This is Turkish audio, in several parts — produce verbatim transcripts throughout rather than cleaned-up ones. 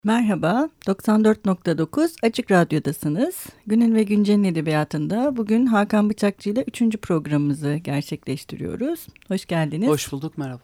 Merhaba, doksan dört nokta dokuz Açık Radyo'dasınız. Günün ve Güncel'in edebiyatında bugün Hakan Bıçakçı ile üçüncü programımızı gerçekleştiriyoruz. Hoş geldiniz. Hoş bulduk, merhaba.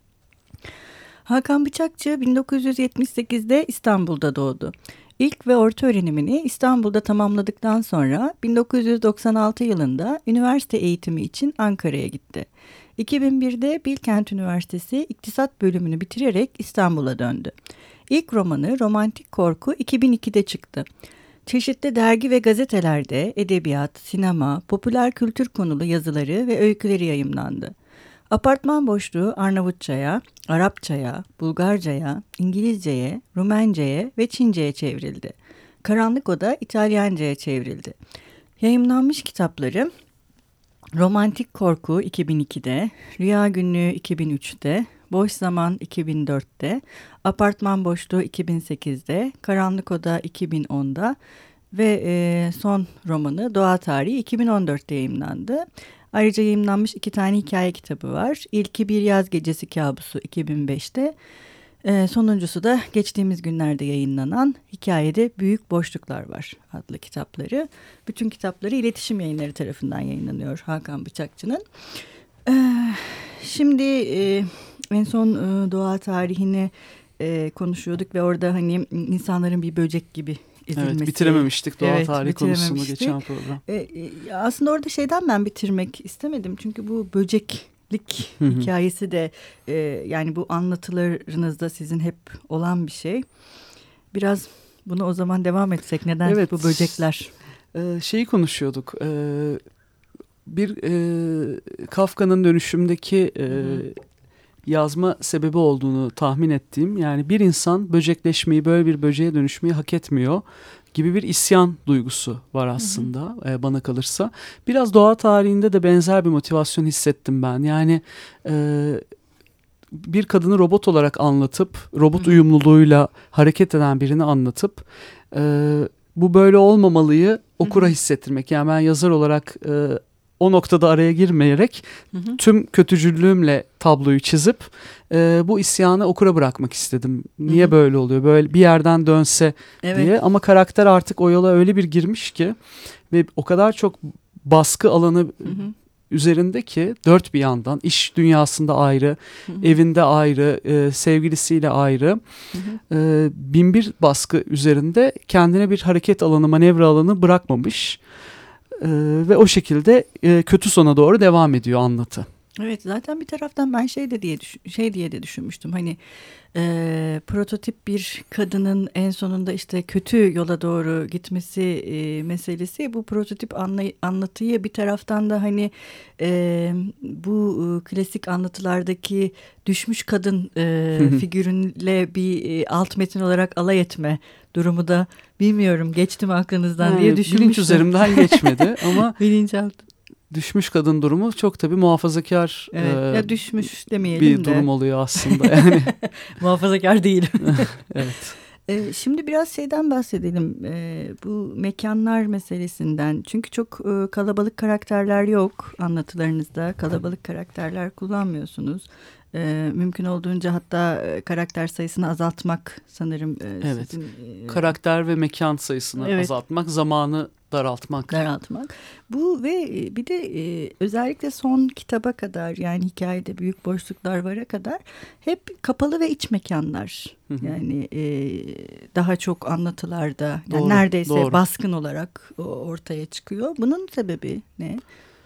Hakan Bıçakçı bin dokuz yüz yetmiş sekizde İstanbul'da doğdu. İlk ve orta öğrenimini İstanbul'da tamamladıktan sonra bin dokuz yüz doksan altı yılında üniversite eğitimi için Ankara'ya gitti. iki bin birde Bilkent Üniversitesi İktisat bölümünü bitirerek İstanbul'a döndü. İlk romanı Romantik Korku iki bin ikide çıktı. Çeşitli dergi ve gazetelerde edebiyat, sinema, popüler kültür konulu yazıları ve öyküleri yayımlandı. Apartman Boşluğu Arnavutça'ya, Arapça'ya, Bulgarca'ya, İngilizce'ye, Rumence'ye ve Çince'ye çevrildi. Karanlık Oda İtalyanca'ya çevrildi. Yayımlanmış kitapları Romantik Korku iki bin ikide, Rüya Günlüğü iki bin üçte, Boş Zaman iki bin dörtte, Apartman Boşluğu iki bin sekizde, Karanlık Oda iki bin onda ve e, son romanı Doğa Tarihi iki bin on dörtte yayımlandı. Ayrıca yayımlanmış iki tane hikaye kitabı var. İlki Bir Yaz Gecesi Kabusu iki bin beşte, e, sonuncusu da geçtiğimiz günlerde yayınlanan Hikayede Büyük Boşluklar Var adlı kitapları. Bütün kitapları İletişim Yayınları tarafından yayınlanıyor Hakan Bıçakçı'nın. E, şimdi... E, En son e, doğa tarihini e, konuşuyorduk ve orada hani insanların bir böcek gibi ezilmesi. Evet, bitirememiştik doğa evet, tarihi konusunu geçen program. E, e, aslında orada şeyden ben bitirmek istemedim. Çünkü bu böceklik hı hı. hikayesi de e, yani bu anlatılarınızda sizin hep olan bir şey. Biraz bunu o zaman devam etsek. Neden evet, bu böcekler? E, şeyi konuşuyorduk. E, bir e, Kafka'nın Dönüşüm'deki... E, yazma sebebi olduğunu tahmin ettiğim, yani bir insan böcekleşmeyi, böyle bir böceğe dönüşmeyi hak etmiyor gibi bir isyan duygusu var aslında, hı hı. E, bana kalırsa. Biraz doğa tarihinde de benzer bir motivasyon hissettim ben. Yani e, bir kadını robot olarak anlatıp, robot hı hı. uyumluluğuyla hareket eden birini anlatıp e, bu böyle olmamalıyı okura hı hı. hissettirmek. Yani ben yazar olarak... E, o noktada araya girmeyerek hı hı. tüm kötücüllüğümle tabloyu çizip e, bu isyanı okura bırakmak istedim. Niye hı hı. böyle oluyor? Böyle bir yerden dönse evet. diye. Ama karakter artık o yola öyle bir girmiş ki ve o kadar çok baskı alanı hı hı. üzerinde ki dört bir yandan iş dünyasında ayrı, hı hı. evinde ayrı, e, sevgilisiyle ayrı hı hı. E, bin bir baskı üzerinde kendine bir hareket alanı, manevra alanı bırakmamış. Ee, ve o şekilde e, kötü sona doğru devam ediyor anlatı. Evet, zaten bir taraftan ben şey de diye şey diye de düşünmüştüm. Hani e, prototip bir kadının en sonunda işte kötü yola doğru gitmesi e, meselesi, bu prototip anlay- anlatıyı bir taraftan da hani e, bu e, klasik anlatılardaki düşmüş kadın e, figürünle bir e, alt metin olarak alay etme durumu da bilmiyorum geçti mi aklınızdan yani, diye düşünmüştüm. Bilinç üzerimden geçmedi ama bilinçaltı. Düşmüş kadın durumu çok tabii muhafazakar evet, e, ya düşmüş demeyelim bir de. durum oluyor aslında yani. Muhafazakar değil. Evet. E, şimdi biraz şeyden bahsedelim, e, bu mekanlar meselesinden. Çünkü çok e, kalabalık karakterler yok anlatılarınızda. Kalabalık karakterler kullanmıyorsunuz. E, mümkün olduğunca hatta e, karakter sayısını azaltmak sanırım. E, evet. Sizin, e, karakter ve mekan sayısını evet. azaltmak, zamanı daraltmak. Daraltmak. Bu ve bir de e, özellikle son kitaba kadar, yani Hikayede Büyük Boşluklar Var'a kadar hep kapalı ve iç mekanlar. Hı hı. Yani e, daha çok anlatılarda yani doğru, neredeyse doğru. baskın olarak ortaya çıkıyor. Bunun sebebi ne?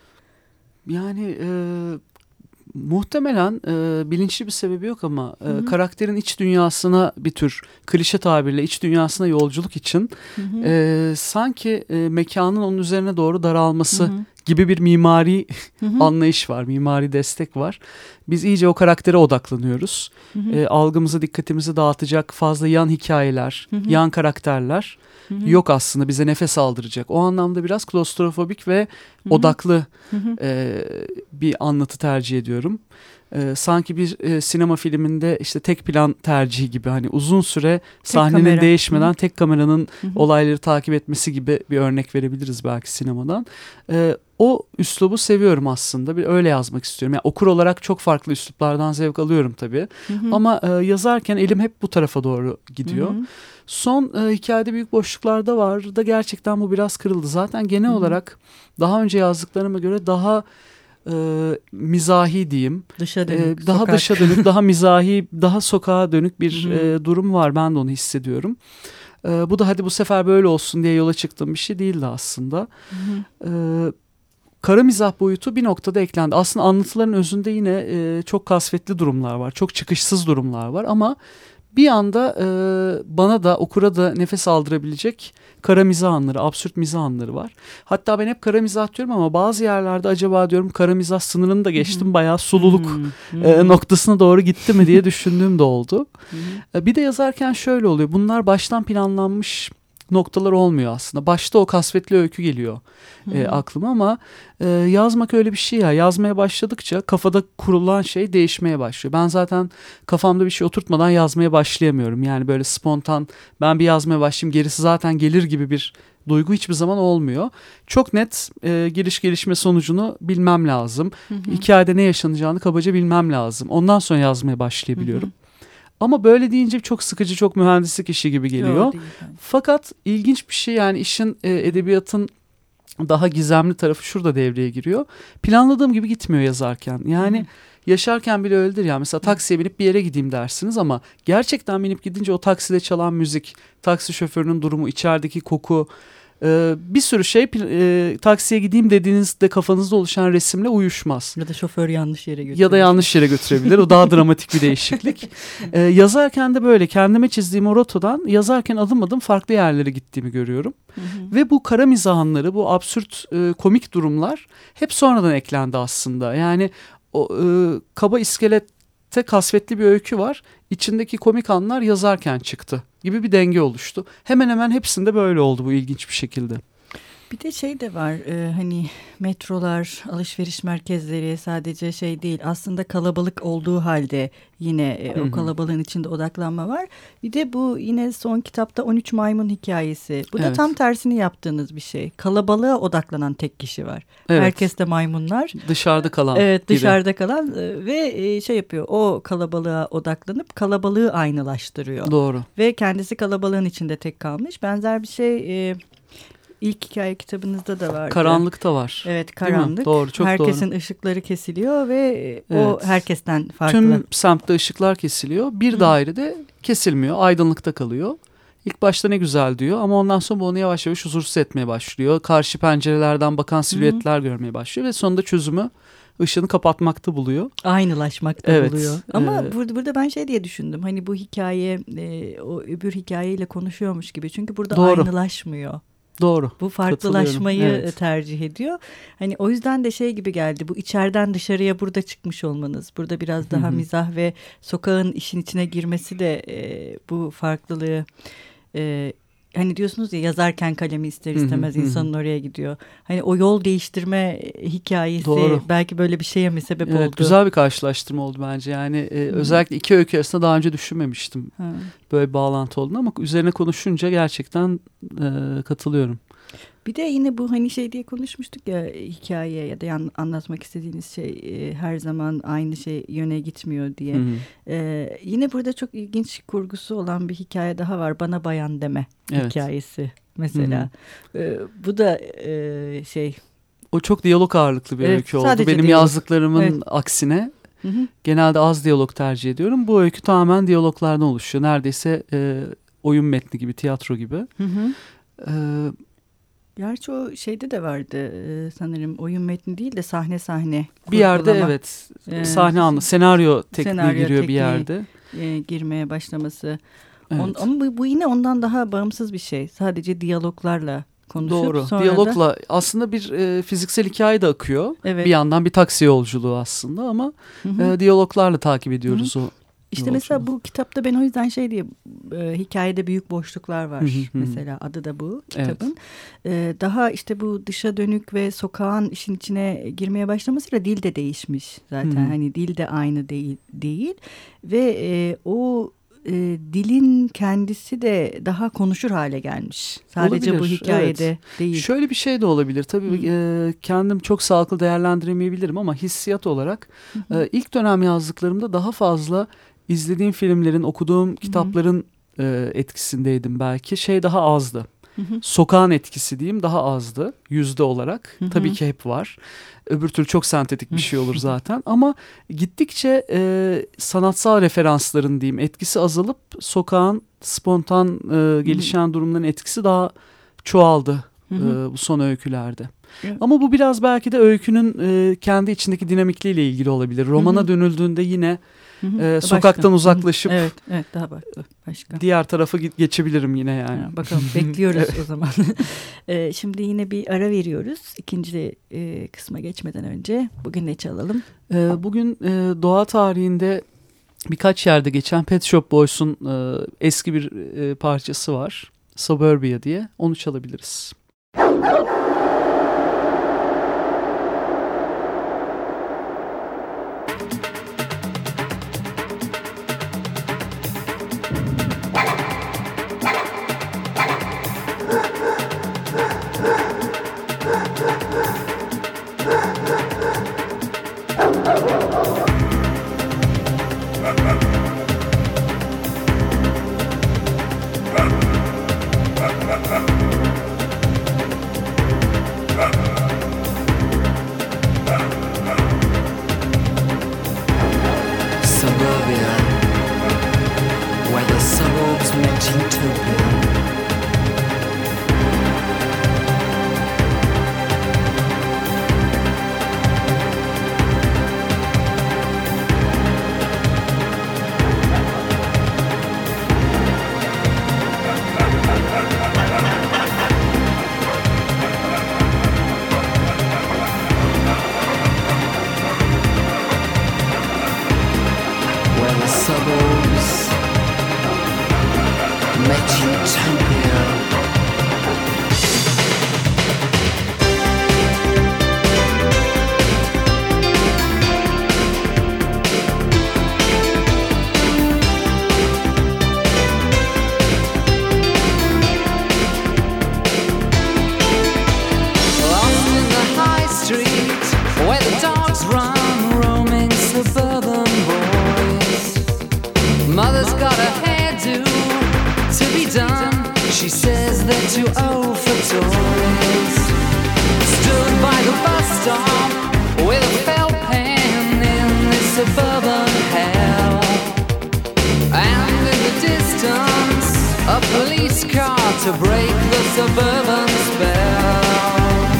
Yani e, muhtemelen e, bilinçli bir sebebi yok ama e, karakterin iç dünyasına bir tür klişe tabirle iç dünyasına yolculuk için hı hı. E, sanki e, mekanın onun üzerine doğru daralması hı hı. gibi bir mimari hı hı. anlayış var, mimari destek var. Biz iyice o karaktere odaklanıyoruz. Hı hı. E, algımızı, dikkatimizi dağıtacak fazla yan hikayeler, hı hı. yan karakterler hı hı. yok aslında, bize nefes aldıracak. O anlamda biraz klostrofobik ve hı hı. odaklı hı hı. E, bir anlatı tercih ediyorum. e, sanki bir e, sinema filminde işte tek plan tercihi gibi, hani uzun süre sahnenin kamera. değişmeden Hı-hı. tek kameranın Hı-hı. olayları takip etmesi gibi bir örnek verebiliriz belki sinemadan. E, o üslubu seviyorum aslında. Bir öyle yazmak istiyorum. Yani okur olarak çok farklı üsluplardan zevk alıyorum tabii. Hı-hı. Ama e, yazarken elim hep bu tarafa doğru gidiyor. Hı-hı. Son e, hikayede büyük boşluklarda var da gerçekten bu biraz kırıldı. Zaten genel Hı-hı. olarak daha önce yazdıklarıma göre daha e, mizahi diyeyim. Dışa dönük. E, daha sokak. dışa dönük, daha mizahi, daha sokağa dönük bir e, durum var. Ben de onu hissediyorum. E, bu da hadi bu sefer böyle olsun diye yola çıktığım bir şey değildi aslında. E, kara mizah boyutu bir noktada eklendi. Aslında anlatıların özünde yine e, çok kasvetli durumlar var. Çok çıkışsız durumlar var ama bir anda e, bana da okura da nefes aldırabilecek kara mizah anları, absürt mizah anları var. Hatta ben hep kara mizah diyorum ama bazı yerlerde acaba diyorum kara mizah sınırını da geçtim. Bayağı sululuk e, noktasına doğru gitti mi diye düşündüğüm de oldu. E, bir de yazarken şöyle oluyor. Bunlar baştan planlanmış noktalar olmuyor aslında. Başta o kasvetli öykü geliyor e, aklıma ama e, yazmak öyle bir şey ya. Yazmaya başladıkça kafada kurulan şey değişmeye başlıyor. Ben zaten kafamda bir şey oturtmadan yazmaya başlayamıyorum. Yani böyle spontan ben bir yazmaya başlayayım gerisi zaten gelir gibi bir duygu hiçbir zaman olmuyor. Çok net e, giriş gelişme sonucunu bilmem lazım. Hı hı. Hikayede ne yaşanacağını kabaca bilmem lazım. Ondan sonra yazmaya başlayabiliyorum. Hı hı. Ama böyle deyince çok sıkıcı, çok mühendislik işi gibi geliyor. Yo, değil, yani. Fakat ilginç bir şey, yani işin e, edebiyatın daha gizemli tarafı şurada devreye giriyor. Planladığım gibi gitmiyor yazarken. Yani Hı-hı. yaşarken bile öyledir ya. Mesela taksiye binip bir yere gideyim dersiniz ama gerçekten binip gidince o takside çalan müzik, taksi şoförünün durumu, içerideki koku, Ee, bir sürü şey e, taksiye gideyim dediğinizde kafanızda oluşan resimle uyuşmaz. Ya da şoför yanlış yere götürebilir. Ya da yanlış yere götürebilir. O daha dramatik bir değişiklik. Ee, yazarken de böyle kendime çizdiğim o rotadan yazarken adım adım farklı yerlere gittiğimi görüyorum. Hı hı. Ve bu kara mizahları, bu absürt e, komik durumlar hep sonradan eklendi aslında. Yani o e, kaba iskelette kasvetli bir öykü var. İçindeki komik anlar yazarken çıktı gibi bir denge oluştu. Hemen hemen hepsinde böyle oldu bu ilginç bir şekilde. Bir de şey de var e, hani metrolar, alışveriş merkezleri sadece şey değil, aslında kalabalık olduğu halde yine e, o kalabalığın içinde odaklanma var. Bir de bu yine son kitapta on üç maymun hikayesi. Bu da evet. tam tersini yaptığınız bir şey. Kalabalığa odaklanan tek kişi var. Evet. Herkes de maymunlar. Dışarıda kalan. Evet, dışarıda biri. kalan e, ve e, şey yapıyor, o kalabalığa odaklanıp kalabalığı aynılaştırıyor. Doğru. Ve kendisi kalabalığın içinde tek kalmış. Benzer bir şey... E, İlk hikaye kitabınızda da vardı. Karanlıkta var. Evet, karanlık. Doğru, çok Herkesin doğru. ışıkları kesiliyor ve evet. o herkesten farklı. Tüm semtte ışıklar kesiliyor. Bir Hı. dairede kesilmiyor. Aydınlıkta kalıyor. İlk başta ne güzel diyor ama ondan sonra onu yavaş yavaş huzursuz etmeye başlıyor. Karşı pencerelerden bakan silüetler Hı. görmeye başlıyor ve sonunda çözümü ışığını kapatmakta buluyor. Aynılaşmakta evet. buluyor. Ama ee, burada, burada ben şey diye düşündüm. Hani bu hikaye e, o öbür hikayeyle konuşuyormuş gibi. Çünkü burada Doğru. aynılaşmıyor. Doğru. Bu farklılaşmayı evet. tercih ediyor. Hani o yüzden de şey gibi geldi. Bu içeriden dışarıya burada çıkmış olmanız. Burada biraz daha Hı-hı. mizah ve sokağın işin içine girmesi de e, bu farklılığı e, hani diyorsunuz ya, yazarken kalemi ister istemez Hı-hı. insanın oraya gidiyor. Hani o yol değiştirme hikayesi Doğru. belki böyle bir şeye mi sebep evet, oldu? Güzel bir karşılaştırma oldu bence. Yani e, özellikle iki öykü arasında daha önce düşünmemiştim. Hı. Böyle bir bağlantı olduğunu ama üzerine konuşunca gerçekten e, katılıyorum. Bir de yine bu hani şey diye konuşmuştuk ya, hikaye ya da yan, anlatmak istediğiniz şey e, her zaman aynı şey yöne gitmiyor diye. Hı hı. E, yine burada çok ilginç kurgusu olan bir hikaye daha var. Bana bayan deme evet. hikayesi mesela. Hı hı. E, bu da e, şey. O çok diyalog ağırlıklı bir evet, öykü oldu. Benim diyalog. yazdıklarımın evet. aksine hı hı. genelde az diyalog tercih ediyorum. Bu öykü tamamen diyaloglardan oluşuyor. Neredeyse e, oyun metni gibi, tiyatro gibi. Hı hı. E, Gerçi o şeyde de vardı e, sanırım, oyun metni değil de sahne sahne. Bir yerde evet ee, sahne anlı senaryo tekniği senaryo giriyor tekniği, bir yerde. E, girmeye başlaması. Evet. On, ama bu, bu yine ondan daha bağımsız bir şey. Sadece diyaloglarla konuşup Doğru. sonra Diyalogla da... aslında bir e, fiziksel hikaye de akıyor. Evet. Bir yandan bir taksi yolculuğu aslında ama e, diyaloglarla takip ediyoruz Hı-hı. o İşte mesela bu kitapta ben o yüzden şey diye e, hikayede büyük boşluklar var. Mesela adı da bu kitabın. Evet. E, daha işte bu dışa dönük ve sokağın işin içine girmeye başlamasıyla dil de değişmiş zaten. Hı-hı. Hani dil de aynı değil değil ve e, o e, dilin kendisi de daha konuşur hale gelmiş. Sadece olabilir, bu hikayede evet. değil. Şöyle bir şey de olabilir. Tabii e, kendim çok sağlıklı değerlendiremeyebilirim ama hissiyat olarak e, ilk dönem yazdıklarımda daha fazla izlediğim filmlerin, okuduğum kitapların e, etkisindeydim belki. Şey daha azdı. Hı hı. Sokağın etkisi diyeyim daha azdı yüzde olarak. Hı hı. Tabii ki hep var. Öbür türlü çok sentetik bir şey olur zaten. Ama gittikçe e, sanatsal referansların diyeyim etkisi azalıp sokağın spontan e, gelişen hı hı. durumların etkisi daha çoğaldı hı hı. E, bu son öykülerde. Evet. Ama bu biraz belki de öykünün e, kendi içindeki dinamikliğiyle ilgili olabilir. Romana hı hı. dönüldüğünde yine Hı hı, e, sokaktan uzaklaşıp evet, evet, daha başka, başka. diğer tarafa geçebilirim yine yani. Ha, bakalım bekliyoruz o zaman. e, şimdi yine bir ara veriyoruz. İkinci e, kısma geçmeden önce bugün ne çalalım? E, bugün e, doğa tarihinde birkaç yerde geçen Pet Shop Boys'un e, eski bir e, parçası var. Suburbia diye. Onu çalabiliriz. To break the suburban spell.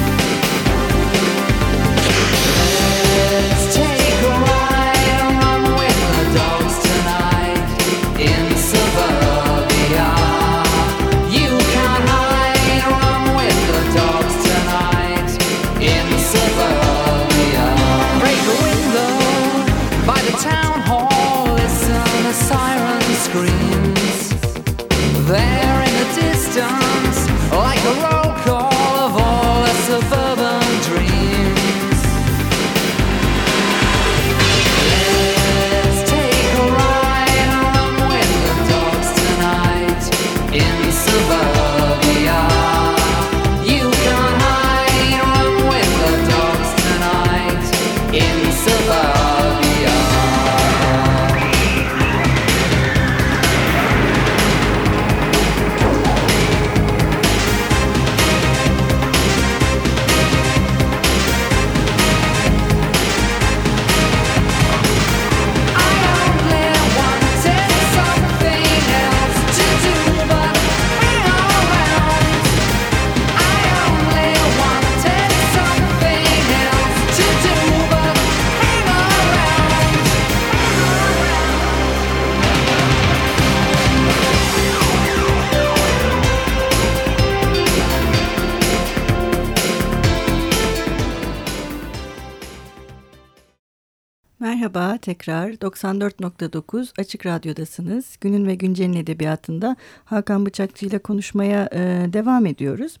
Let's take a ride and run with the dogs tonight in suburbia. You can't hide, run with the dogs tonight in suburbia. Break a window by the town hall, listen a siren screams. There in the distance, like a roll call of all the suburban dreams. Let's take a ride and run with the dogs tonight in suburbia. You can't hide, run with the dogs tonight in suburbia. Merhaba, tekrar doksan dört nokta dokuz Açık Radyo'dasınız. Günün ve Güncel'in edebiyatında Hakan Bıçakçı ile konuşmaya e, devam ediyoruz.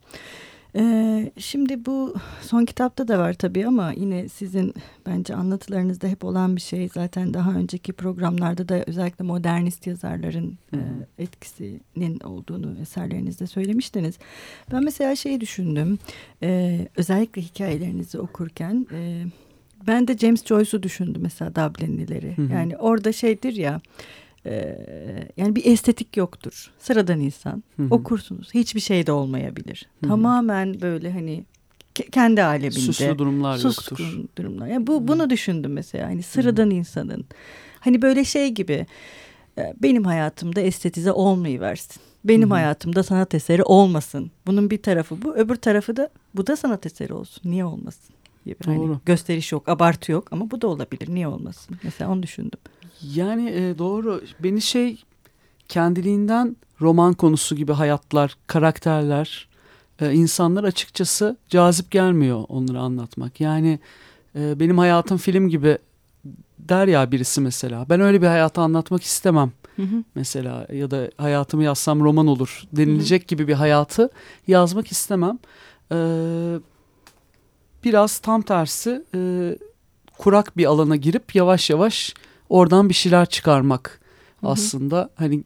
E, şimdi bu son kitapta da var tabii ama yine sizin bence anlatılarınızda hep olan bir şey. Zaten daha önceki programlarda da özellikle modernist yazarların e, etkisinin olduğunu eserlerinizde söylemiştiniz. Ben mesela şeyi düşündüm, e, özellikle hikayelerinizi okurken... E, Ben de James Joyce'u düşündüm mesela, Dublinlileri. Hı hı. Yani orada şeydir ya, e, yani bir estetik yoktur. Sıradan insan. Hı hı. Okursunuz. Hiçbir şey de olmayabilir. Hı hı. Tamamen böyle hani ke- kendi aleminde. Suslu durumlar Suslu yoktur. durumlar. Yani bu, hı. Bunu düşündüm mesela. Hani sıradan hı. insanın. Hani böyle şey gibi, e, benim hayatımda estetize olmayıversin. Benim hı hı. hayatımda sanat eseri olmasın. Bunun bir tarafı bu. Öbür tarafı da bu da sanat eseri olsun. Niye olmasın? Hani gösteriş yok, abartı yok ama bu da olabilir. Niye olmasın? Mesela onu düşündüm. Yani e, doğru. Beni şey, kendiliğinden roman konusu gibi hayatlar, karakterler, e, insanlar açıkçası cazip gelmiyor onları anlatmak. Yani e, benim hayatım film gibi der ya birisi mesela. Ben öyle bir hayatı anlatmak istemem. Hı hı. Mesela ya da hayatımı yazsam roman olur denilecek hı hı. gibi bir hayatı yazmak istemem. Evet. Biraz tam tersi e, kurak bir alana girip yavaş yavaş oradan bir şeyler çıkarmak hı hı. aslında. Hani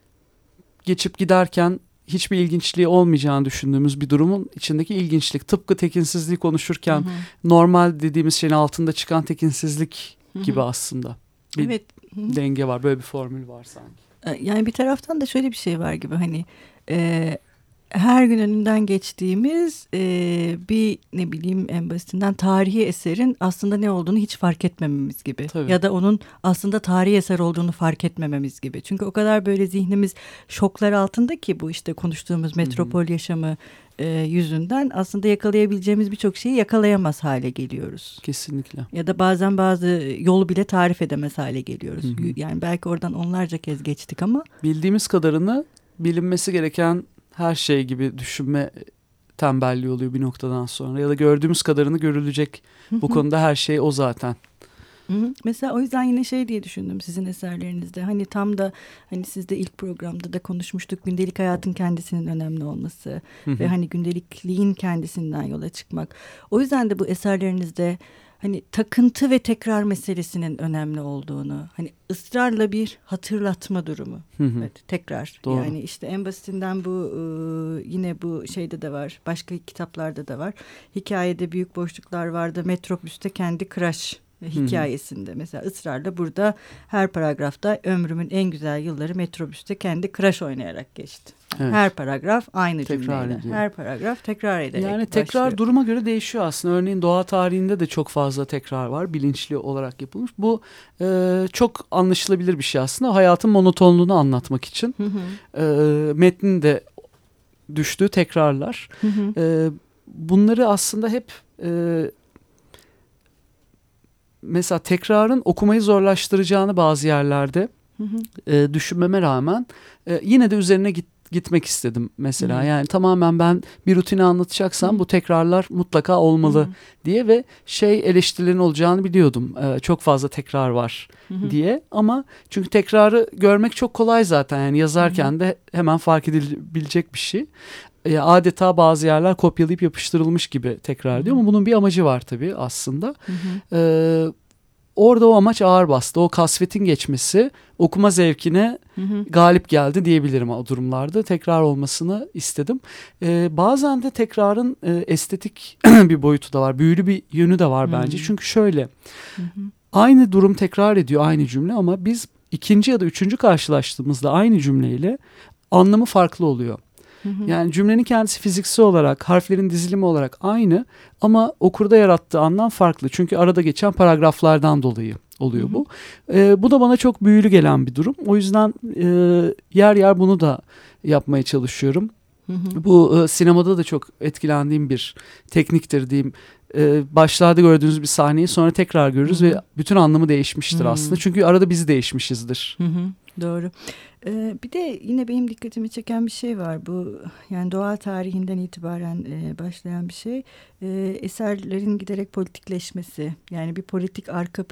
geçip giderken hiçbir ilginçliği olmayacağını düşündüğümüz bir durumun içindeki ilginçlik. Tıpkı tekinsizliği konuşurken hı hı. normal dediğimiz şeyin altında çıkan tekinsizlik hı hı. gibi aslında. Bir evet. hı. denge var, böyle bir formül var sanki. Yani bir taraftan da şöyle bir şey var gibi, hani... E, her gün önünden geçtiğimiz e, bir ne bileyim en basitinden tarihi eserin aslında ne olduğunu hiç fark etmememiz gibi. Tabii. Ya da onun aslında tarihi eser olduğunu fark etmememiz gibi. Çünkü o kadar böyle zihnimiz şoklar altında ki bu işte konuştuğumuz metropol Hı-hı. yaşamı e, yüzünden aslında yakalayabileceğimiz birçok şeyi yakalayamaz hale geliyoruz. Kesinlikle. Ya da bazen bazı yolu bile tarif edemez hale geliyoruz. Hı-hı. Yani belki oradan onlarca kez geçtik ama. Bildiğimiz kadarını bilinmesi gereken her şey gibi düşünme tembelliği oluyor bir noktadan sonra. Ya da gördüğümüz kadarını görülecek. Bu konuda her şey o zaten. Mesela o yüzden yine şey diye düşündüm sizin eserlerinizde. Hani tam da hani siz de ilk programda da konuşmuştuk. Gündelik hayatın kendisinin önemli olması. Ve hani gündelikliğin kendisinden yola çıkmak. O yüzden de bu eserlerinizde hani takıntı ve tekrar meselesinin önemli olduğunu, hani ısrarla bir hatırlatma durumu. Hı hı. Evet, tekrar. Doğru. Yani işte en basitinden bu yine bu şeyde de var, başka kitaplarda da var. Hikayede büyük boşluklar vardı. Metrobüste kendi crush hikayesinde hı hı. mesela ısrarla burada her paragrafta ömrümün en güzel yılları metrobüste kendi crush oynayarak geçti. Evet. Her paragraf aynı tekrar cümleyle. Ediyor. Her paragraf tekrar ederek Yani tekrar başlıyor. Duruma göre değişiyor aslında. Örneğin doğa tarihinde de çok fazla tekrar var. Bilinçli olarak yapılmış. Bu e, çok anlaşılabilir bir şey aslında. Hayatın monotonluğunu anlatmak için. Hı hı. E, metnin de düştüğü tekrarlar. Hı hı. E, bunları aslında hep... E, mesela tekrarın okumayı zorlaştıracağını bazı yerlerde hı hı. E, düşünmeme rağmen e, yine de üzerine git, gitmek istedim mesela. Hı. Yani tamamen ben bir rutini anlatacaksam hı. bu tekrarlar mutlaka olmalı hı. diye ve şey eleştirilerin olacağını biliyordum. E, çok fazla tekrar var hı hı. diye ama çünkü tekrarı görmek çok kolay zaten. Yani yazarken hı hı. de hemen fark edilebilecek bir şey. E, adeta bazı yerler kopyalayıp yapıştırılmış gibi tekrar diyor ama bunun bir amacı var tabii aslında. Hı hı. E, orada o amaç ağır bastı. O kasvetin geçmesi okuma zevkine hı hı. galip geldi diyebilirim o durumlarda. Tekrar olmasını istedim. E, bazen de tekrarın e, estetik bir boyutu da var. Büyülü bir yönü de var hı. bence. Çünkü şöyle hı hı. aynı durum tekrar ediyor aynı cümle ama biz ikinci ya da üçüncü karşılaştığımızda aynı cümleyle anlamı farklı oluyor. Hı hı. Yani cümlenin kendisi fiziksel olarak, harflerin dizilimi olarak aynı ama okurda yarattığı anlam farklı. Çünkü arada geçen paragraflardan dolayı oluyor hı hı. bu. Ee, bu da bana çok büyülü gelen bir durum. O yüzden e, yer yer bunu da yapmaya çalışıyorum. Hı hı. Bu e, sinemada da çok etkilendiğim bir tekniktir diyeyim. Ee, başlarda gördüğünüz bir sahneyi sonra tekrar görürüz hı hı. ve bütün anlamı değişmiştir hı hı. aslında. Çünkü arada biz değişmişizdir. Hı hı. Doğru. Ee, bir de yine benim dikkatimi çeken bir şey var. Bu yani doğa tarihinden itibaren e, başlayan bir şey. E, eserlerin giderek politikleşmesi. Yani bir politik arka plan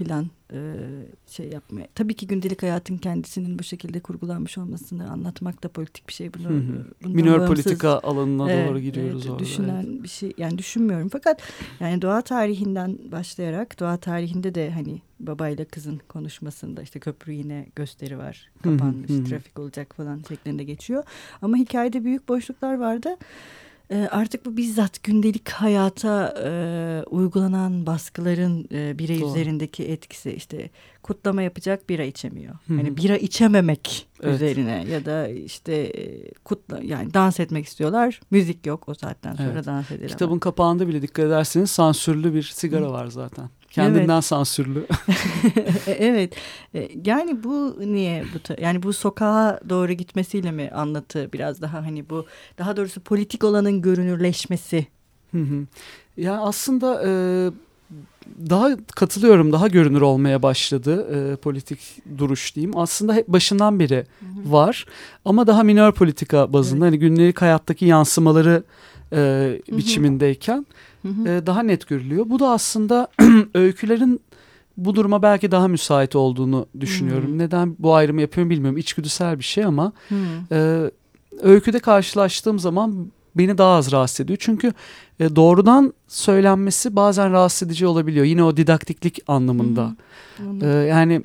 e, şey yapmaya. Tabii ki gündelik hayatın kendisinin bu şekilde kurgulanmış olmasını anlatmak da politik bir şey. Bunu, hı hı. bundan Minör bağımsız, politika alanına evet, doğru giriyoruz evet, orada. düşünen evet. bir şey yani düşünmüyorum. Fakat yani doğa tarihinden başlayarak doğa tarihinde de hani babayla kızın konuşmasında işte köprü yine gösteri var, kapanmış, Hı hı. trafik olacak falan şeklinde geçiyor. Ama hikayede büyük boşluklar vardı. Ee, artık bu bizzat gündelik hayata e, uygulanan baskıların e, birey Doğru. üzerindeki etkisi, işte kutlama yapacak, bira içemiyor. Hı hı. Hani bira içememek Evet. üzerine ya da işte e, kutla yani dans etmek istiyorlar. Müzik yok, o saatten sonra Evet. dans edilemez. Kitabın kapağında bile dikkat ederseniz sansürlü bir sigara Hı. var zaten. Kendinden Evet. sansürlü. Evet. E, Yani bu niye bu ta- yani bu sokağa doğru gitmesiyle mi anlatı biraz daha hani bu daha doğrusu politik olanın görünürleşmesi? Hı hı. Yani aslında e, daha katılıyorum, daha görünür olmaya başladı e, politik duruş diyeyim. Aslında hep başından beri var ama daha minör politika bazında, Evet. hani günlük hayattaki yansımaları e, Hı hı. biçimindeyken Hı hı. e, daha net görülüyor. Bu da aslında öykülerin bu duruma belki daha müsait olduğunu düşünüyorum. Hı. Neden bu ayrımı yapıyorum bilmiyorum. İçgüdüsel bir şey ama Hı. e, öyküde karşılaştığım zaman beni daha az rahatsız ediyor. Çünkü e, doğrudan söylenmesi bazen rahatsız edici olabiliyor. Yine o didaktiklik anlamında. Hı hı. E, Anladım. yani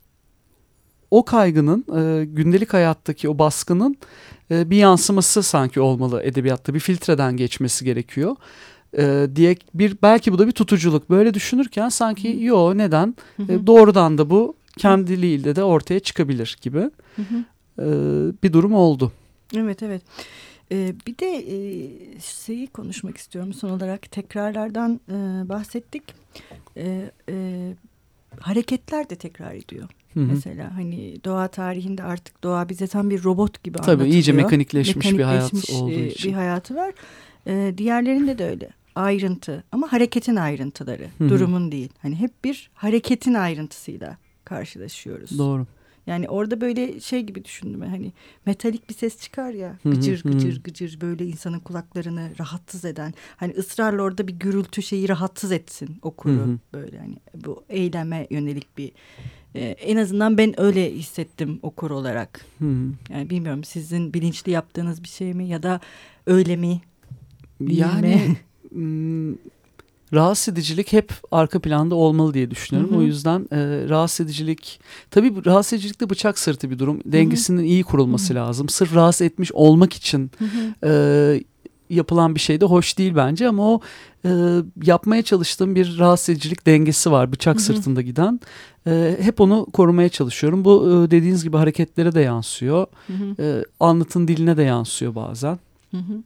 o kaygının, e, gündelik hayattaki o baskının e, bir yansıması sanki olmalı edebiyatta. Bir filtreden geçmesi gerekiyor. E, diye bir belki bu da bir tutuculuk. Böyle düşünürken sanki Hı. yo neden? Hı hı. E, doğrudan da bu kendiliğiyle de ortaya çıkabilir gibi Hı hı. e, bir durum oldu. Evet, evet. Ee, bir de e, şeyi konuşmak istiyorum son olarak. Tekrarlardan e, bahsettik. E, e, hareketler de tekrar ediyor. Hı hı. Mesela hani doğa tarihinde artık doğa bize tam bir robot gibi Tabii anlatılıyor. iyice mekanikleşmiş bir hayat Mekanikleşmiş, olduğu e, için. bir hayatı var. E, diğerlerinde de öyle. Ayrıntı ama hareketin ayrıntıları. Hı hı. Durumun değil. Hani hep bir hareketin ayrıntısıyla karşılaşıyoruz. Doğru. Yani orada böyle şey gibi düşündüm. Hani metalik bir ses çıkar ya. Hı hı, Gıcır hı. gıcır gıcır böyle insanın kulaklarını rahatsız eden. Hani ısrarla orada bir gürültü şeyi rahatsız etsin okuru. Hı hı. Böyle hani bu eyleme yönelik bir e, en azından ben öyle hissettim okur olarak. Hı hı. Yani bilmiyorum sizin bilinçli yaptığınız bir şey mi ya da öyle mi? Değil Yani mi? m, rahatsız edicilik hep arka planda olmalı diye düşünüyorum. Hı hı. O yüzden e, rahatsız edicilik, tabii bu rahatsız edicilik de bıçak sırtı bir durum. Dengesinin iyi kurulması Hı hı. lazım. Sırf rahatsız etmiş olmak için Hı hı. e, yapılan bir şey de hoş değil bence ama o e, yapmaya çalıştığım bir rahatsız edicilik dengesi var. Bıçak Hı hı. sırtında giden. E, hep onu korumaya çalışıyorum. Bu e, dediğiniz gibi hareketlere de yansıyor. Hı hı. E, anlatın diline de yansıyor bazen. Hı hı.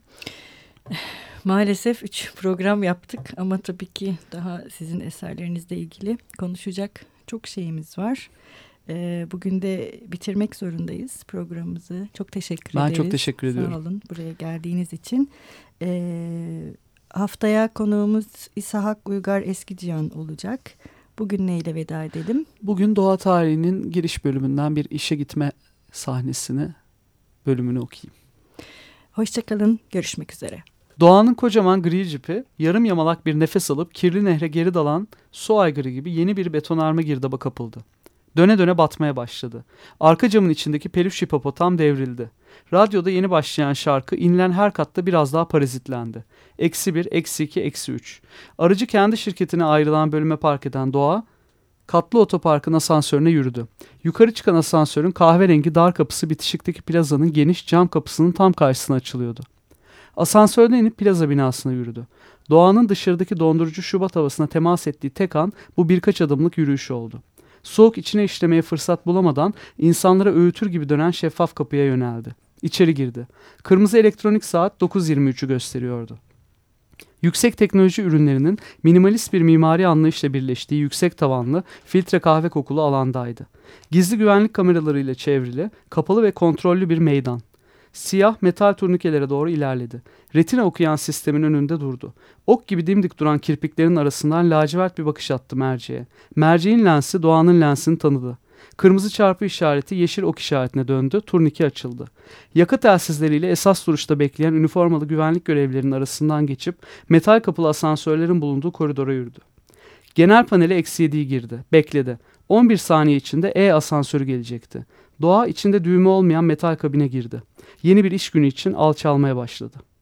Maalesef üç program yaptık ama tabii ki daha sizin eserlerinizle ilgili konuşacak çok şeyimiz var. Ee, bugün de bitirmek zorundayız programımızı. Çok teşekkür Ben ederiz. çok teşekkür ediyorum. Sağ olun buraya geldiğiniz için. Ee, haftaya konuğumuz İshak Uygar Eskicihan olacak. Bugün neyle veda edelim? Bugün doğa tarihinin giriş bölümünden bir işe gitme sahnesini, bölümünü okuyayım. Hoşçakalın, görüşmek üzere. Doğanın kocaman gri cipi, yarım yamalak bir nefes alıp kirli nehre geri dalan su aygırı gibi yeni bir betonarme girdaba kapıldı. Döne döne batmaya başladı. Arka camın içindeki peluş hipopotam devrildi. Radyoda yeni başlayan şarkı inilen her katta biraz daha parazitlendi. Eksi bir, eksi iki, eksi üç. Aracı kendi şirketine ayrılan bölüme park eden Doğa, katlı otoparkın asansörüne yürüdü. Yukarı çıkan asansörün kahverengi dar kapısı bitişikteki plazanın geniş cam kapısının tam karşısına açılıyordu. Asansörden inip plaza binasına yürüdü. Doğanın dışarıdaki dondurucu Şubat havasına temas ettiği tek an bu birkaç adımlık yürüyüş oldu. Soğuk içine işlemeye fırsat bulamadan insanlara öğütür gibi dönen şeffaf kapıya yöneldi. İçeri girdi. Kırmızı elektronik saat dokuz yirmi üçü gösteriyordu. Yüksek teknoloji ürünlerinin minimalist bir mimari anlayışla birleştiği yüksek tavanlı, filtre kahve kokulu alandaydı. Gizli güvenlik kameralarıyla çevrili, kapalı ve kontrollü bir meydan. Siyah metal turnikelere doğru ilerledi. Retina okuyan sistemin önünde durdu. Ok gibi dimdik duran kirpiklerin arasından lacivert bir bakış attı merceğe. Merceğin lensi Doğan'ın lensini tanıdı. Kırmızı çarpı işareti yeşil ok işaretine döndü, turnike açıldı. Yaka telsizleriyle esas duruşta bekleyen üniformalı güvenlik görevlilerinin arasından geçip metal kapılı asansörlerin bulunduğu koridora yürüdü. Genel panele eksi yediyi girdi, bekledi. on bir saniye içinde E asansörü gelecekti. Doğa içinde düğme olmayan metal kabine girdi. Yeni bir iş günü için alçalmaya başladı.